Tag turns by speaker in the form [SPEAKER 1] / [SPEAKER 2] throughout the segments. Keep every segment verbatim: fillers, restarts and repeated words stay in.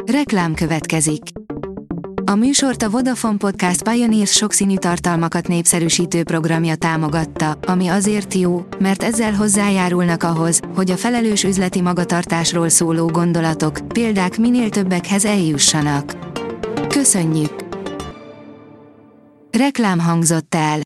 [SPEAKER 1] Reklám következik. A műsort a Vodafone Podcast Pioneers sokszínű tartalmakat népszerűsítő programja támogatta, ami azért jó, mert ezzel hozzájárulnak ahhoz, hogy a felelős üzleti magatartásról szóló gondolatok, példák minél többekhez eljussanak. Köszönjük! Reklám hangzott el.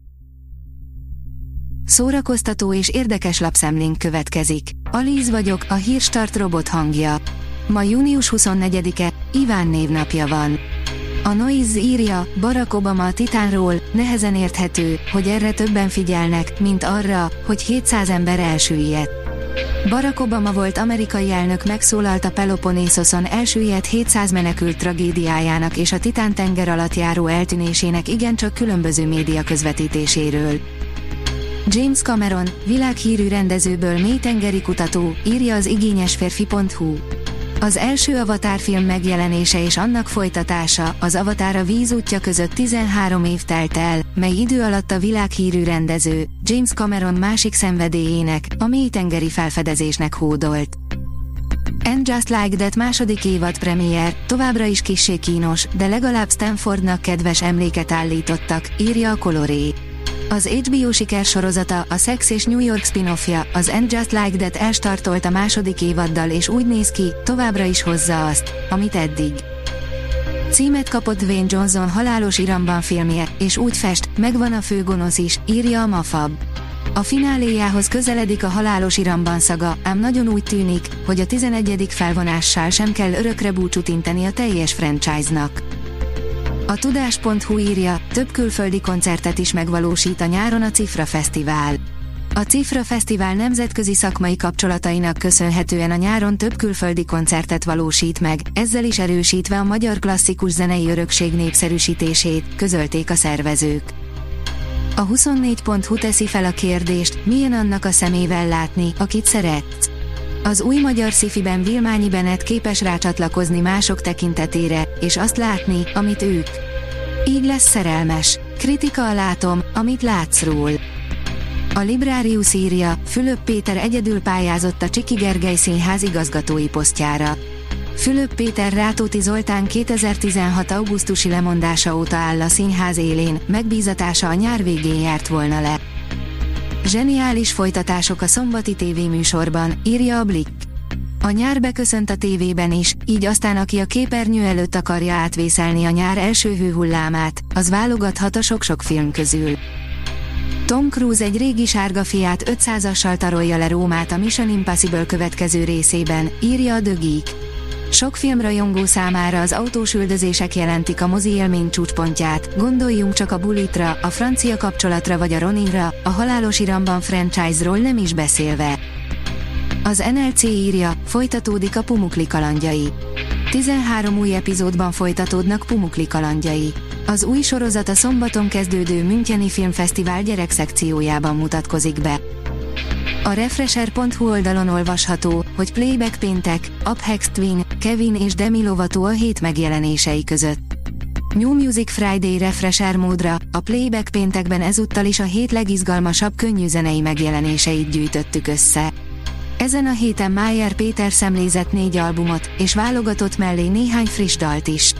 [SPEAKER 1] Szórakoztató és érdekes lapszemlénk következik. Alíz vagyok, a Hírstart robot hangja. Ma június huszonnegyedike, Iván névnapja van. A Noise írja, Barack Obama a Titánról, nehezen érthető, hogy erre többen figyelnek, mint arra, hogy hétszáz ember elsüllyedt. Barack Obama volt amerikai elnök megszólalt a Peloponészoszon elsüllyedt hétszáz menekült tragédiájának és a Titán tenger alatt járó eltűnésének igencsak különböző média közvetítéséről. James Cameron, világhírű rendezőből mélytengeri kutató, írja az igényesférfi pont hu. Az első Avatar film megjelenése és annak folytatása, az Avatar a víz útja között tizenhárom év telt el, mely idő alatt a világhírű rendező, James Cameron másik szenvedélyének, a mélytengeri felfedezésnek hódolt. And Just Like That második évad premier, továbbra is kissé kínos, de legalább Stanfordnak kedves emléket állítottak, írja a Coloré. Az há bé o sikersorozata, a Sex és New York spin-offja, az And Just Like That elstartolt a második évaddal és úgy néz ki, továbbra is hozza azt, amit eddig. Címet kapott Dwayne Johnson halálos iramban filmje, és úgy fest, megvan a főgonosz is, írja a Mafab. A fináléjához közeledik a halálos iramban szaga, ám nagyon úgy tűnik, hogy a tizenegyedik felvonással sem kell örökre búcsút inteni a teljes franchise-nak. A tudás pont hu írja, több külföldi koncertet is megvalósít a nyáron a Cifra Fesztivál. A Cifra Fesztivál nemzetközi szakmai kapcsolatainak köszönhetően a nyáron több külföldi koncertet valósít meg, ezzel is erősítve a magyar klasszikus zenei örökség népszerűsítését, közölték a szervezők. A huszonnégy pont hu teszi fel a kérdést, milyen annak a szemével látni, akit szeretsz. Az új magyar sci-fiben Vilmányi Bennett képes rácsatlakozni mások tekintetére, és azt látni, amit ők. Így lesz szerelmes. Kritika a látom, amit látsz ról. A Librarius írja, Fülöp Péter egyedül pályázott a Csiki Gergely Színház igazgatói posztjára. Fülöp Péter Rátóti Zoltán kétezer-tizenhat augusztusi lemondása óta áll a színház élén, megbízatása a nyár végén járt volna le. Zseniális folytatások a szombati tévéműsorban, írja a Blick. A nyár beköszönt a tévében is, így aztán aki a képernyő előtt akarja átvészelni a nyár első hőhullámát, az válogathat a sok-sok film közül. Tom Cruise egy régi sárga Fiat ötszázassal tarolja le Rómát a Mission Impossible következő részében, írja a The Geek. Sok filmrajongó számára az autós üldözések jelentik a mozi élmény csúcspontját, gondoljunk csak a Bullitra, a francia kapcsolatra vagy a Roninra, a halálos iramban franchise-ról nem is beszélve. Az en el cé írja, folytatódik a Pumukli kalandjai. tizenhárom új epizódban folytatódnak Pumukli kalandjai. Az új sorozat a szombaton kezdődő Müncheni Filmfesztivál gyerekszekciójában mutatkozik be. A Refresher pont hu oldalon olvasható, hogy Playback péntek, Aphex Twin, Kevin és Demi Lovato a hét megjelenései között. New Music Friday Refresher módra, a Playback péntekben ezúttal is a hét legizgalmasabb könnyűzenei megjelenéseit gyűjtöttük össze. Ezen a héten Mayer Péter szemlézett négy albumot, és válogatott mellé néhány friss dalt is.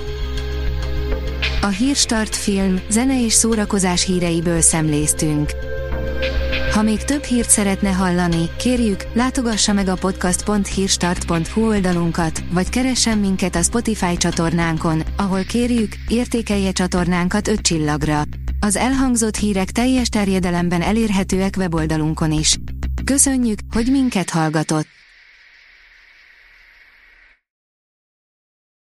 [SPEAKER 1] A Hírstart film, zene és szórakozás híreiből szemléztünk. Ha még több hírt szeretne hallani, kérjük, látogassa meg a podcast pont hírstart pont hu oldalunkat, vagy keressen minket a Spotify csatornánkon, ahol kérjük, értékelje csatornánkat öt csillagra. Az elhangzott hírek teljes terjedelemben elérhetőek weboldalunkon is. Köszönjük, hogy minket hallgatott!